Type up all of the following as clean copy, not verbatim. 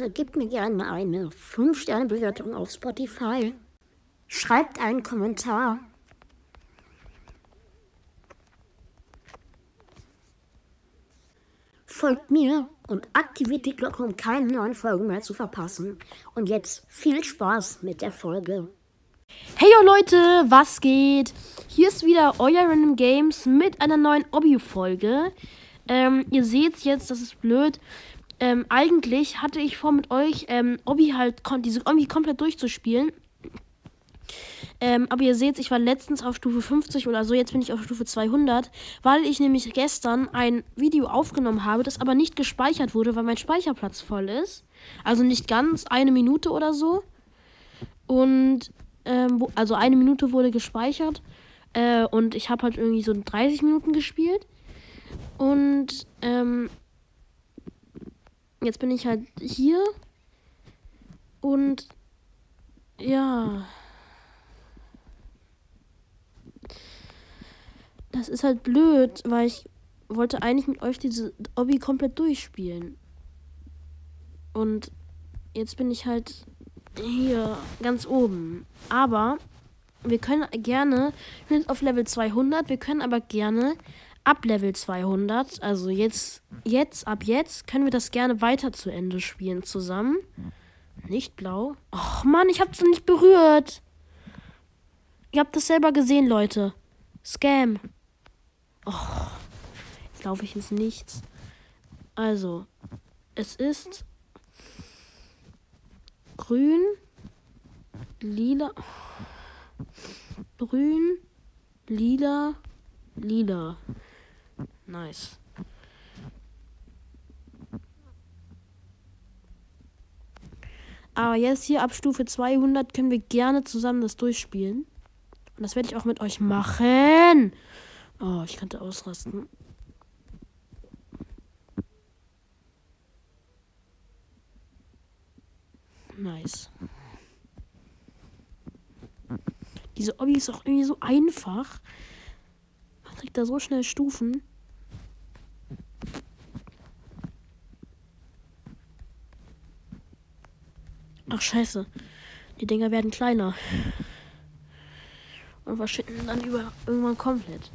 Leute, gebt mir gerne eine 5-Sterne-Bewertung auf Spotify. Schreibt einen Kommentar. Folgt mir und aktiviert die Glocke, um keine neuen Folgen mehr zu verpassen. Und jetzt viel Spaß mit der Folge. Hey yo Leute, was geht? Hier ist wieder euer Random Games mit einer neuen Obby-Folge. Ihr seht jetzt, das ist blöd. Eigentlich hatte ich vor, mit euch diese Obby komplett durchzuspielen. Aber ihr seht, ich war letztens auf Stufe 50 oder so, jetzt bin ich auf Stufe 200, weil ich nämlich gestern ein Video aufgenommen habe, das aber nicht gespeichert wurde, weil mein Speicherplatz voll ist. Also nicht ganz, 1 Minute oder so. Und, also 1 Minute wurde gespeichert. Und ich habe halt irgendwie so 30 Minuten gespielt. Und, jetzt bin ich halt hier. Und, ja. Das ist halt blöd, weil ich wollte eigentlich mit euch diese Obby komplett durchspielen. Und jetzt bin ich halt hier ganz oben. Aber wir können gerne, wir sind auf Level 200, wir können aber gerne ab Level 200, also ab jetzt, können wir das gerne weiter zu Ende spielen zusammen. Nicht blau. Och Mann, ich hab's nicht berührt. Ihr habt das selber gesehen, Leute. Scam. Oh, jetzt laufe ich ins Nichts. Also, es ist grün, lila, grün, lila, lila. Nice. Aber jetzt hier ab Stufe 200 können wir gerne zusammen das durchspielen. Und das werde ich auch mit euch machen. Oh, ich könnte ausrasten. Nice. Diese Obby ist auch irgendwie so einfach. Man kriegt da so schnell Stufen. Ach, scheiße. Die Dinger werden kleiner. Und verschwinden dann irgendwann komplett.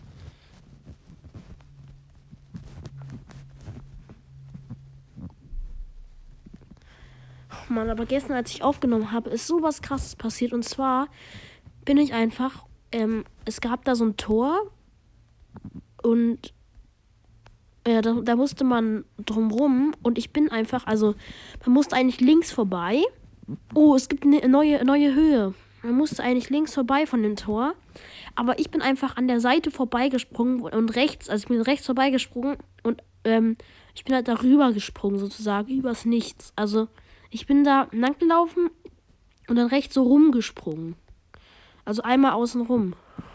Mann, aber gestern, als ich aufgenommen habe, ist sowas Krasses passiert. Und zwar bin ich einfach, es gab da so ein Tor und da musste man drumrum und ich bin einfach, also man musste eigentlich links vorbei. Oh, es gibt eine neue Höhe. Man musste eigentlich links vorbei von dem Tor. Aber ich bin einfach an der Seite vorbeigesprungen und rechts, also ich bin rechts vorbeigesprungen und ich bin halt darüber gesprungen sozusagen, übers Nichts. Also ich bin da lang gelaufen und dann rechts so rumgesprungen. Also einmal außen rum.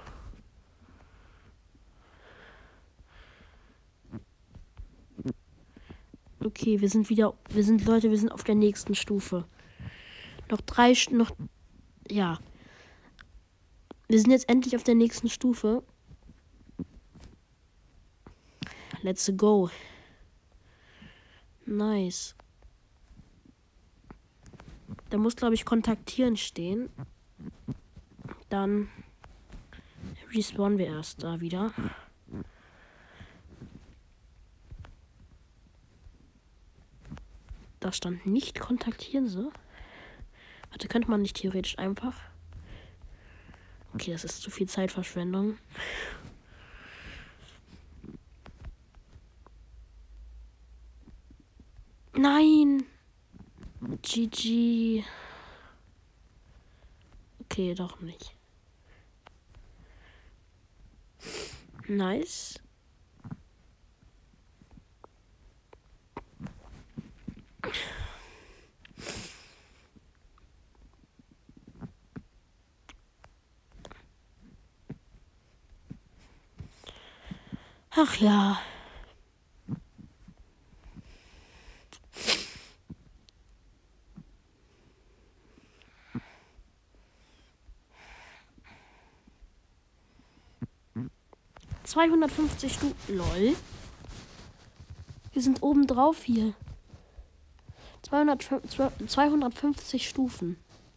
Okay, wir sind auf der nächsten Stufe. Ja. Wir sind jetzt endlich auf der nächsten Stufe. Let's go. Nice. Da muss, glaube ich, kontaktieren stehen. Dann respawnen wir erst da wieder. Da stand nicht kontaktieren so. Warte, könnte man nicht theoretisch einfach? Okay, das ist zu viel Zeitverschwendung. Nein! GG. Okay, doch nicht. Nice. Ach ja. ...250 Stufen. LOL. Wir sind oben drauf hier. 250 Stufen.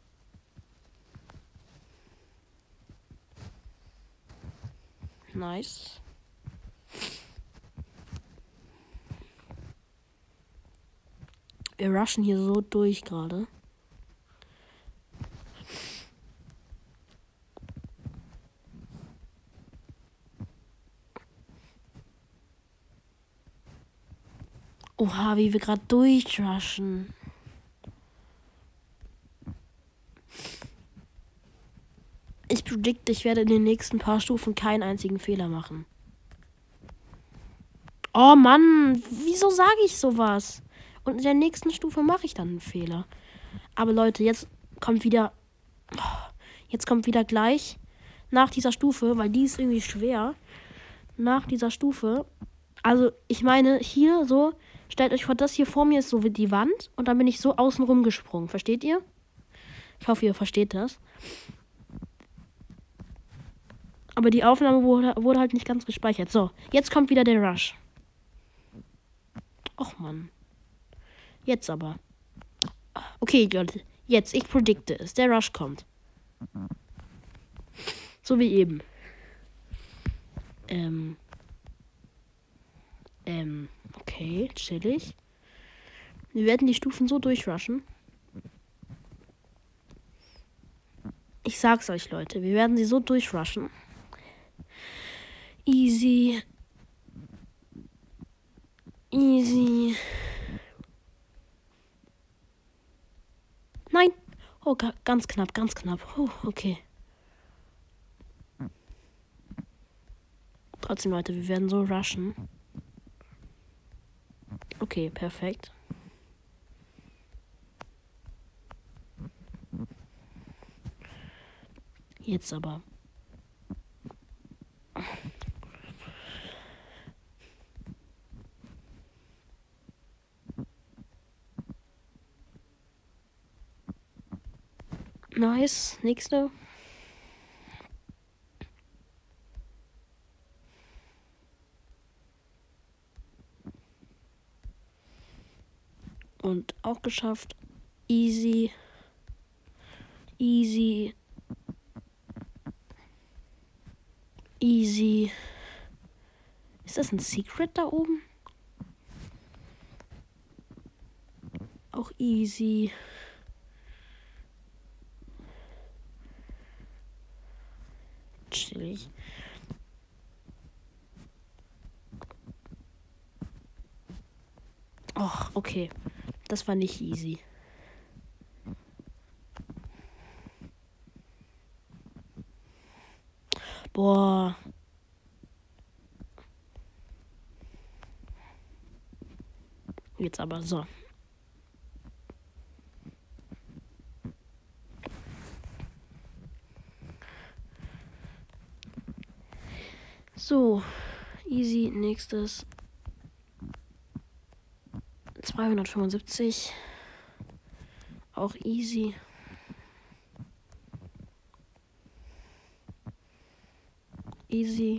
Nice. Wir rushen hier so durch gerade. Oha, wie wir gerade durchrushen. Ich predikte, ich werde in den nächsten paar Stufen keinen einzigen Fehler machen. Oh Mann, wieso sage ich sowas? Und in der nächsten Stufe mache ich dann einen Fehler. Aber Leute, jetzt kommt wieder gleich nach dieser Stufe, weil die ist irgendwie schwer. Nach dieser Stufe, also ich meine hier so, stellt euch vor, das hier vor mir ist so wie die Wand und dann bin ich so außen rum gesprungen. Versteht ihr? Ich hoffe, ihr versteht das. Aber die Aufnahme wurde halt nicht ganz gespeichert. So, jetzt kommt wieder der Rush. Och Mann. Jetzt aber. Okay, Leute. Jetzt, ich predikte es. Der Rush kommt. So wie eben. Okay, chillig. Wir werden die Stufen so durchrushen. Ich sag's euch, Leute. Wir werden sie so durchrushen. Easy. Easy. Nein. Oh, ganz knapp, ganz knapp. Okay. Trotzdem, Leute, wir werden so rushen. Okay, perfekt. Jetzt aber. Nice. Nächste. Und auch geschafft. Easy. Easy. Easy. Ist das ein Secret da oben? Auch easy. Chillig. Och, okay. Das war nicht easy. Boah. Jetzt aber so. So. Easy. Nächstes. 275. Auch easy. Easy.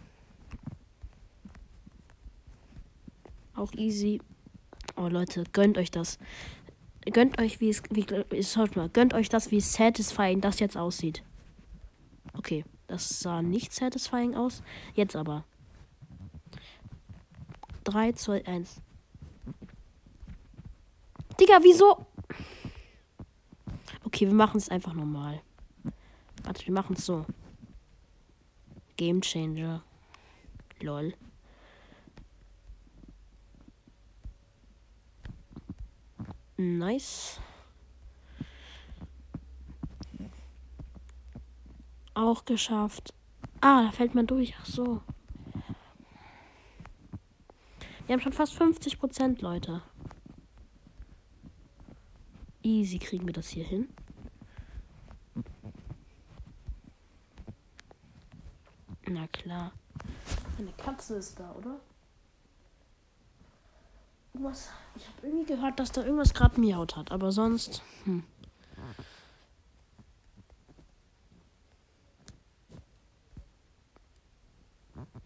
Auch easy. Oh Leute, gönnt euch das. Gönnt euch, gönnt euch das, wie satisfying das jetzt aussieht. Okay, das sah nicht satisfying aus. Jetzt aber. 3, 2, 1. Digga, wieso? Okay, wir machen es einfach normal. Warte, wir machen es so. Game Changer. Lol. Nice. Auch geschafft. Ah, da fällt man durch. Ach so. Wir haben schon fast 50%, Leute. Easy kriegen wir das hier hin. Na klar. Eine Katze ist da, oder? Irgendwas. Ich habe irgendwie gehört, dass da irgendwas gerade miaut hat, aber sonst.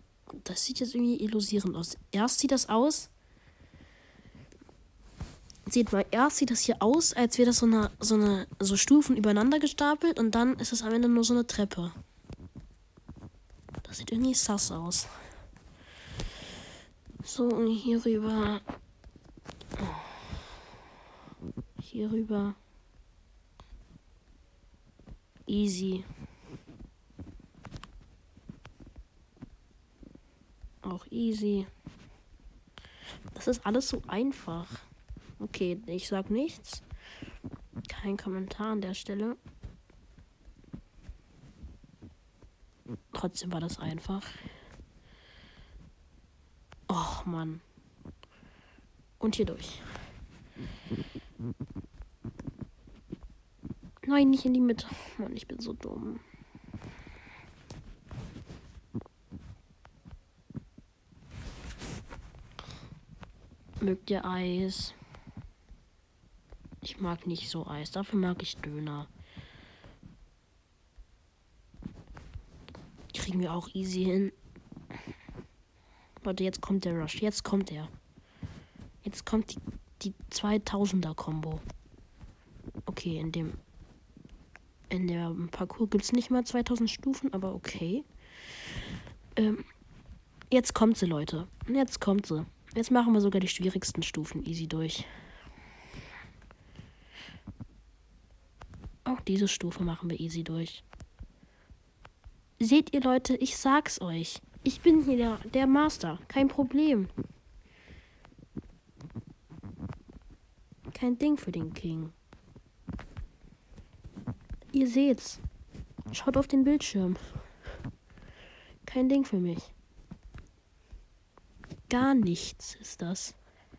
Das sieht jetzt irgendwie illusierend aus. Erst sieht das aus. Seht mal, erst sieht das hier aus, als wäre das so Stufen übereinander gestapelt und dann ist es am Ende nur so eine Treppe. Das sieht irgendwie sass aus. So, und hier rüber. Hier rüber. Easy. Auch easy. Das ist alles so einfach. Okay, ich sag nichts. Kein Kommentar an der Stelle. Trotzdem war das einfach. Och, Mann. Und hier durch. Nein, nicht in die Mitte. Mann, ich bin so dumm. Mögt ihr Eis? Ich mag nicht so Eis. Dafür mag ich Döner. Kriegen wir auch easy hin. Leute, jetzt kommt der Rush. Jetzt kommt er. Jetzt kommt die 2000er-Kombo. Okay, in der Parcours gibt es nicht mal 2000 Stufen, aber okay. Jetzt kommt sie, Leute. Jetzt kommt sie. Jetzt machen wir sogar die schwierigsten Stufen easy durch. Auch diese Stufe machen wir easy durch. Seht ihr, Leute, ich sag's euch. Ich bin hier der Master. Kein Problem. Kein Ding für den King. Ihr seht's. Schaut auf den Bildschirm. Kein Ding für mich. Gar nichts ist das.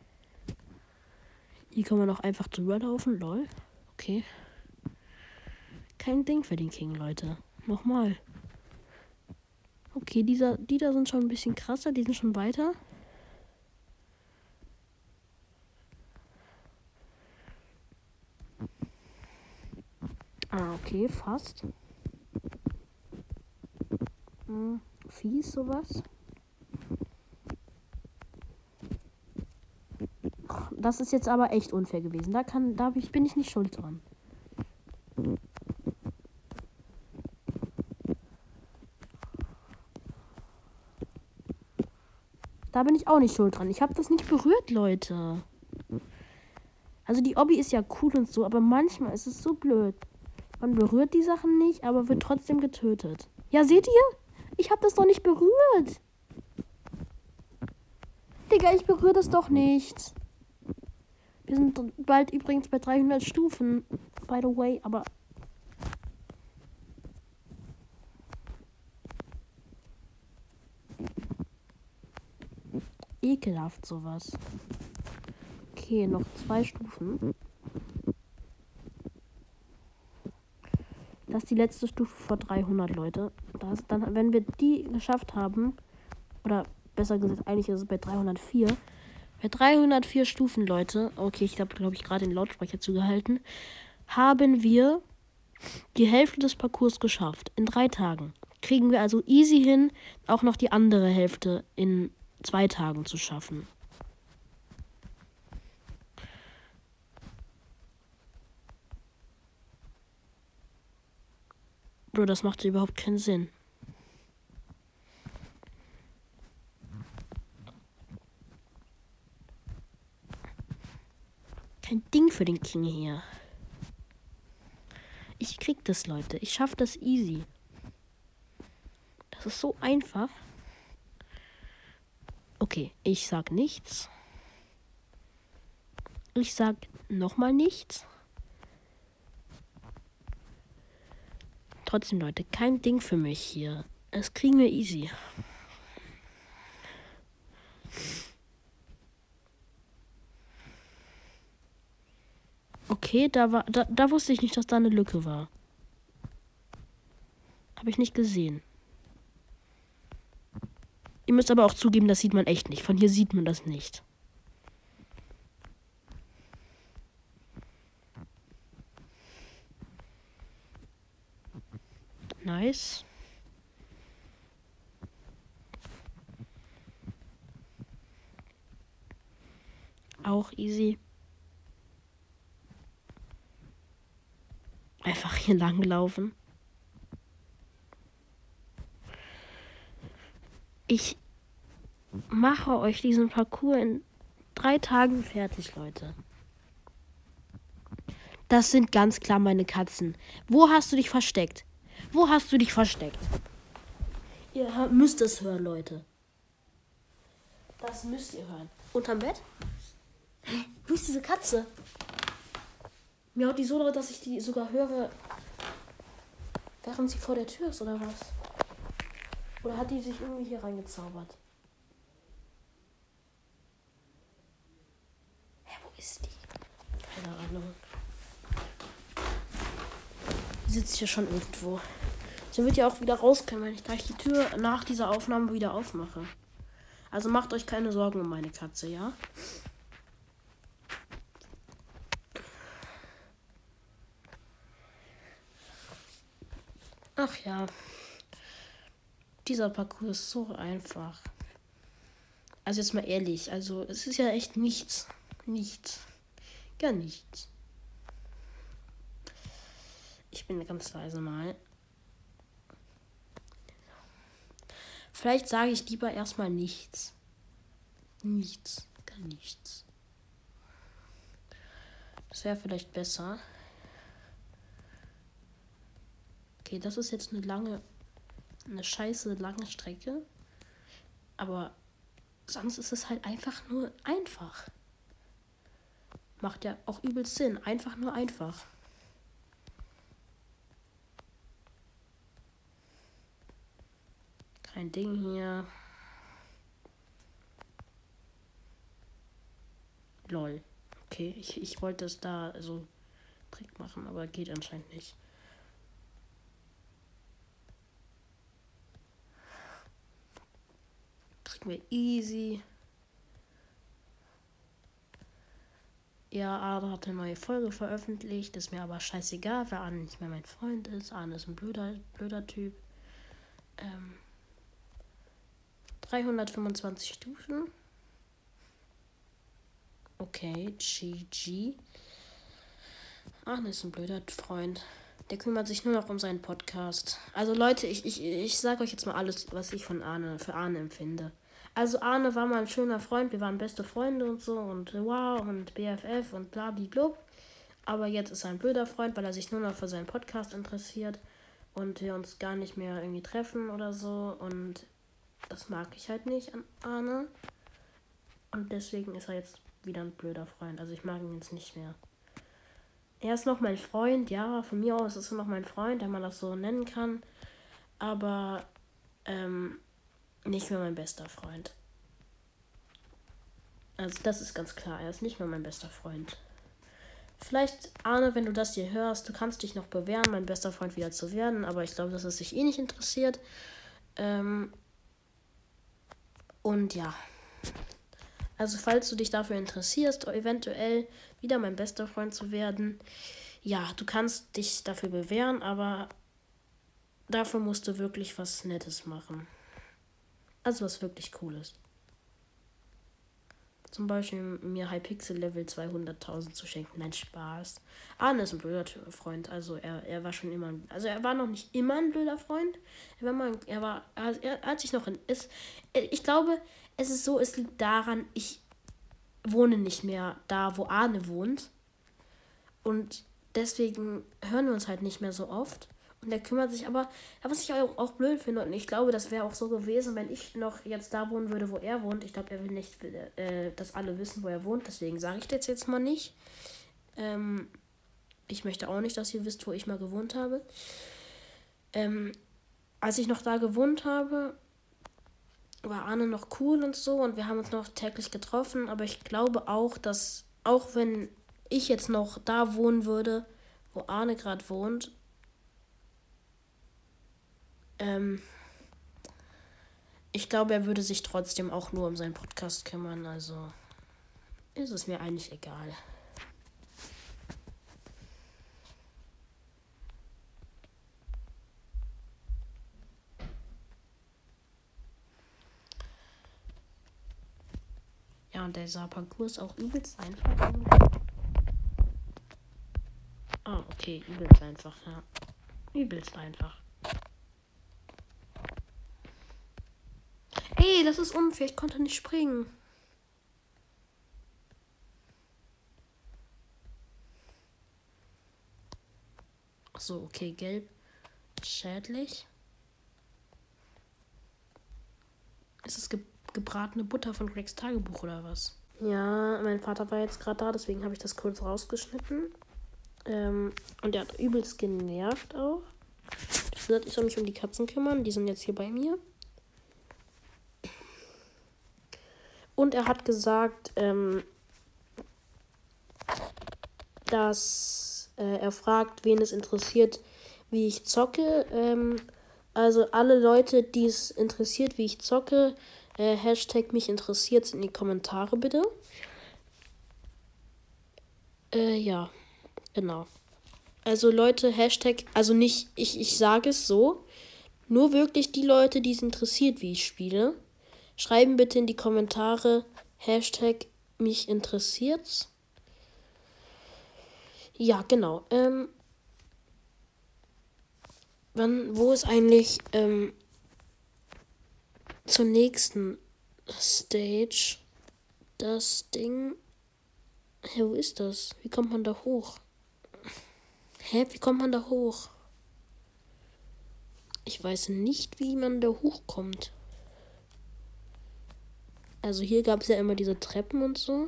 Hier kann man auch einfach drüber laufen. Lol. Okay. Kein Ding für den King, Leute. Nochmal. Okay, die da sind schon ein bisschen krasser. Die sind schon weiter. Ah, okay, fast. Fies, sowas. Das ist jetzt aber echt unfair gewesen. Bin ich nicht schuld dran. Da bin ich auch nicht schuld dran. Ich habe das nicht berührt, Leute. Also die Obby ist ja cool und so, aber manchmal ist es so blöd. Man berührt die Sachen nicht, aber wird trotzdem getötet. Ja, seht ihr? Ich habe das doch nicht berührt. Digga, ich berühre das doch nicht. Wir sind bald übrigens bei 300 Stufen. By the way, aber... Ekelhaft sowas. Okay, noch 2 Stufen. Das ist die letzte Stufe vor 300, Leute. Dann, wenn wir die geschafft haben, oder besser gesagt, eigentlich ist es bei 304. Bei 304 Stufen, Leute, okay, ich habe, glaube ich, gerade den Lautsprecher zugehalten, haben wir die Hälfte des Parcours geschafft. In 3 Tagen. Kriegen wir also easy hin, auch noch die andere Hälfte in 2 Tagen zu schaffen. Bro, das macht überhaupt keinen Sinn. Kein Ding für den King hier. Ich krieg das, Leute. Ich schaff das easy. Das ist so einfach. Okay, ich sag nichts. Ich sag nochmal nichts. Trotzdem, Leute, kein Ding für mich hier. Das kriegen wir easy. Okay, da wusste ich nicht, dass da eine Lücke war. Habe ich nicht gesehen. Ihr müsst aber auch zugeben, das sieht man echt nicht. Von hier sieht man das nicht. Nice. Auch easy. hier lang gelaufen. Ich mache euch diesen Parcours in 3 Tagen fertig, Leute. Das sind ganz klar meine Katzen. Wo hast du dich versteckt? Wo hast du dich versteckt? Ihr müsst es hören, Leute. Das müsst ihr hören. Unterm Bett? Hä? Wo ist diese Katze? Mir haut die so laut, dass ich die sogar höre, während sie vor der Tür ist, oder was? Oder hat die sich irgendwie hier reingezaubert? Hä, wo ist die? Keine Ahnung. Die sitzt hier schon irgendwo. Sie wird ja auch wieder rauskommen, wenn ich gleich die Tür nach dieser Aufnahme wieder aufmache. Also macht euch keine Sorgen um meine Katze, ja? Ach ja. Dieser Parcours ist so einfach. Also jetzt mal ehrlich, also es ist ja echt nichts. Nichts. Gar nichts. Ich bin ganz leise mal. Vielleicht sage ich lieber erstmal nichts. Nichts. Gar nichts. Das wäre vielleicht besser. Okay, das ist jetzt eine scheiße lange Strecke. Aber sonst ist es halt einfach nur einfach. Macht ja auch übelst Sinn. Einfach nur einfach. Kein Ding hier. Lol. Okay, ich wollte es da so Trick machen, aber geht anscheinend nicht. Kriegen wir easy. Ja, Arne hat eine neue Folge veröffentlicht. Ist mir aber scheißegal, weil Arne nicht mehr mein Freund ist. Arne ist ein blöder Typ. 325 Stufen. Okay, GG. Arne ist ein blöder Freund. Der kümmert sich nur noch um seinen Podcast. Also Leute, ich sage euch jetzt mal alles, was ich für Arne empfinde. Also Arne war mal ein schöner Freund. Wir waren beste Freunde und so. Und wow und BFF und blablablub. Aber jetzt ist er ein blöder Freund, weil er sich nur noch für seinen Podcast interessiert. Und wir uns gar nicht mehr irgendwie treffen oder so. Und das mag ich halt nicht an Arne. Und deswegen ist er jetzt wieder ein blöder Freund. Also ich mag ihn jetzt nicht mehr. Er ist noch mein Freund, ja, von mir aus ist er noch mein Freund, wenn man das so nennen kann. Aber nicht mehr mein bester Freund. Also das ist ganz klar, er ist nicht mehr mein bester Freund. Vielleicht, Arne, wenn du das hier hörst, du kannst dich noch bewähren, mein bester Freund wieder zu werden. Aber ich glaube, dass es sich eh nicht interessiert. Und ja. Also falls du dich dafür interessierst, eventuell wieder mein bester Freund zu werden, ja, du kannst dich dafür bewähren, aber dafür musst du wirklich was Nettes machen. Also was wirklich Cooles. Zum Beispiel mir Hypixel Level 200.000 zu schenken. Nein, Spaß. Arne ist ein blöder Freund. Also er war schon immer... Also er war noch nicht immer ein blöder Freund. Er hat sich noch... Ich glaube, es ist so, es liegt daran, ich wohne nicht mehr da, wo Arne wohnt. Und deswegen hören wir uns halt nicht mehr so oft. Und er kümmert sich aber, was ich auch blöd finde, und ich glaube, das wäre auch so gewesen, wenn ich noch jetzt da wohnen würde, wo er wohnt. Ich glaube, er will nicht, dass alle wissen, wo er wohnt, deswegen sage ich das jetzt mal nicht. Ich möchte auch nicht, dass ihr wisst, wo ich mal gewohnt habe. Als ich noch da gewohnt habe, war Arne noch cool und so und wir haben uns noch täglich getroffen, aber ich glaube auch, dass, auch wenn ich jetzt noch da wohnen würde, wo Arne gerade wohnt, ich glaube, er würde sich trotzdem auch nur um seinen Podcast kümmern, also ist es mir eigentlich egal. Ja, und dieser Parcours ist auch übelst einfach. Ah, okay. Okay, übelst einfach, ja. Übelst einfach. Ey, das ist unfair. Ich konnte nicht springen. Achso, okay, gelb. Schädlich. Ist es gebratene Butter von Gregs Tagebuch oder was? Ja, mein Vater war jetzt gerade da, deswegen habe ich das kurz rausgeschnitten. Und er hat übelst genervt auch. Ich habe gesagt, ich soll mich um die Katzen kümmern. Die sind jetzt hier bei mir. Und er hat gesagt, dass er fragt, wen es interessiert, wie ich zocke. Also alle Leute, die es interessiert, wie ich zocke, Hashtag mich interessiert in die Kommentare bitte. Ja, genau. Also Leute, Hashtag, also nicht, ich sage es so, nur wirklich die Leute, die es interessiert, wie ich spiele, schreiben bitte in die Kommentare Hashtag mich interessiert's. Ja, genau. Wo ist eigentlich zur nächsten Stage das Ding? Hä, wo ist das? Wie kommt man da hoch? Wie kommt man da hoch? Ich weiß nicht, wie man da hochkommt. Also hier gab es ja immer diese Treppen und so.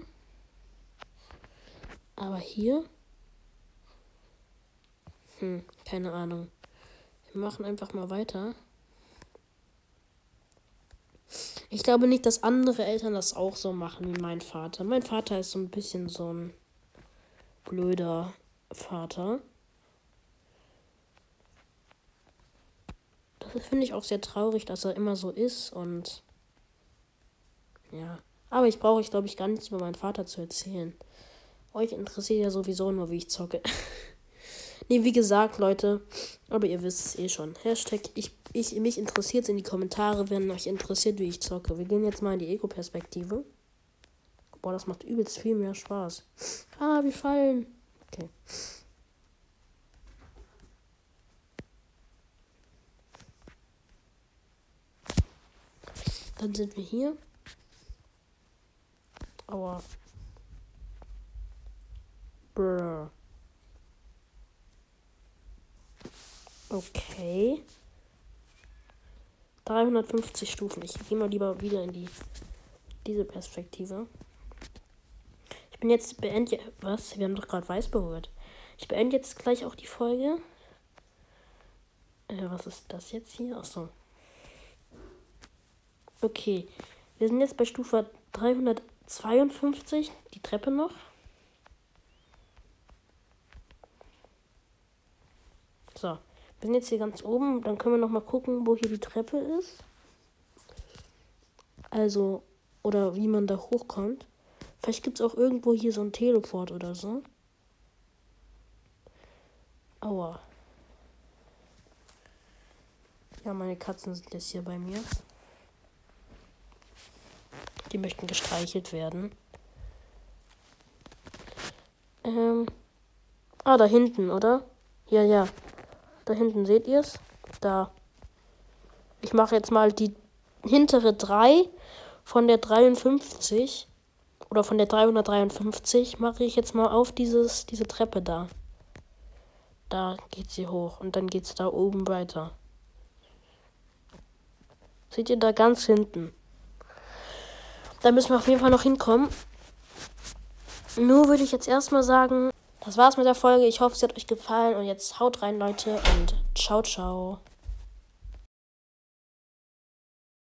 Aber hier? Keine Ahnung. Wir machen einfach mal weiter. Ich glaube nicht, dass andere Eltern das auch so machen wie mein Vater. Mein Vater ist so ein bisschen so ein blöder Vater. Das finde ich auch sehr traurig, dass er immer so ist und ja. Aber ich glaube ich, gar nichts über meinen Vater zu erzählen. Euch interessiert ja sowieso nur, wie ich zocke. Nee, wie gesagt, Leute, aber ihr wisst es eh schon. Hashtag mich interessiert in die Kommentare, wenn euch interessiert, wie ich zocke. Wir gehen jetzt mal in die Ego-Perspektive. Boah, das macht übelst viel mehr Spaß. Wir fallen. Okay. Dann sind wir hier. Aua. Brr. Okay. 350 Stufen. Ich gehe mal lieber wieder in diese Perspektive. Ich bin jetzt was? Wir haben doch gerade weiß berührt. Ich beende jetzt gleich auch die Folge. Was ist das jetzt hier? Achso. Okay. Wir sind jetzt bei Stufe 352. Die Treppe noch. So. Wir sind jetzt hier ganz oben. Dann können wir noch mal gucken, wo hier die Treppe ist. Also, oder wie man da hochkommt. Vielleicht gibt es auch irgendwo hier so ein Teleport oder so. Aua. Ja, meine Katzen sind jetzt hier bei mir. Die möchten gestreichelt werden. Da hinten, oder? Ja. Da hinten seht ihr es. Da. Ich mache jetzt mal die hintere 3 von der 53 oder von der 353 mache ich jetzt mal auf diese Treppe da. Da geht sie hoch und dann geht es da oben weiter. Seht ihr da ganz hinten? Da müssen wir auf jeden Fall noch hinkommen. Nur würde ich jetzt erstmal sagen, das war's mit der Folge. Ich hoffe, es hat euch gefallen und jetzt haut rein, Leute, und ciao, ciao.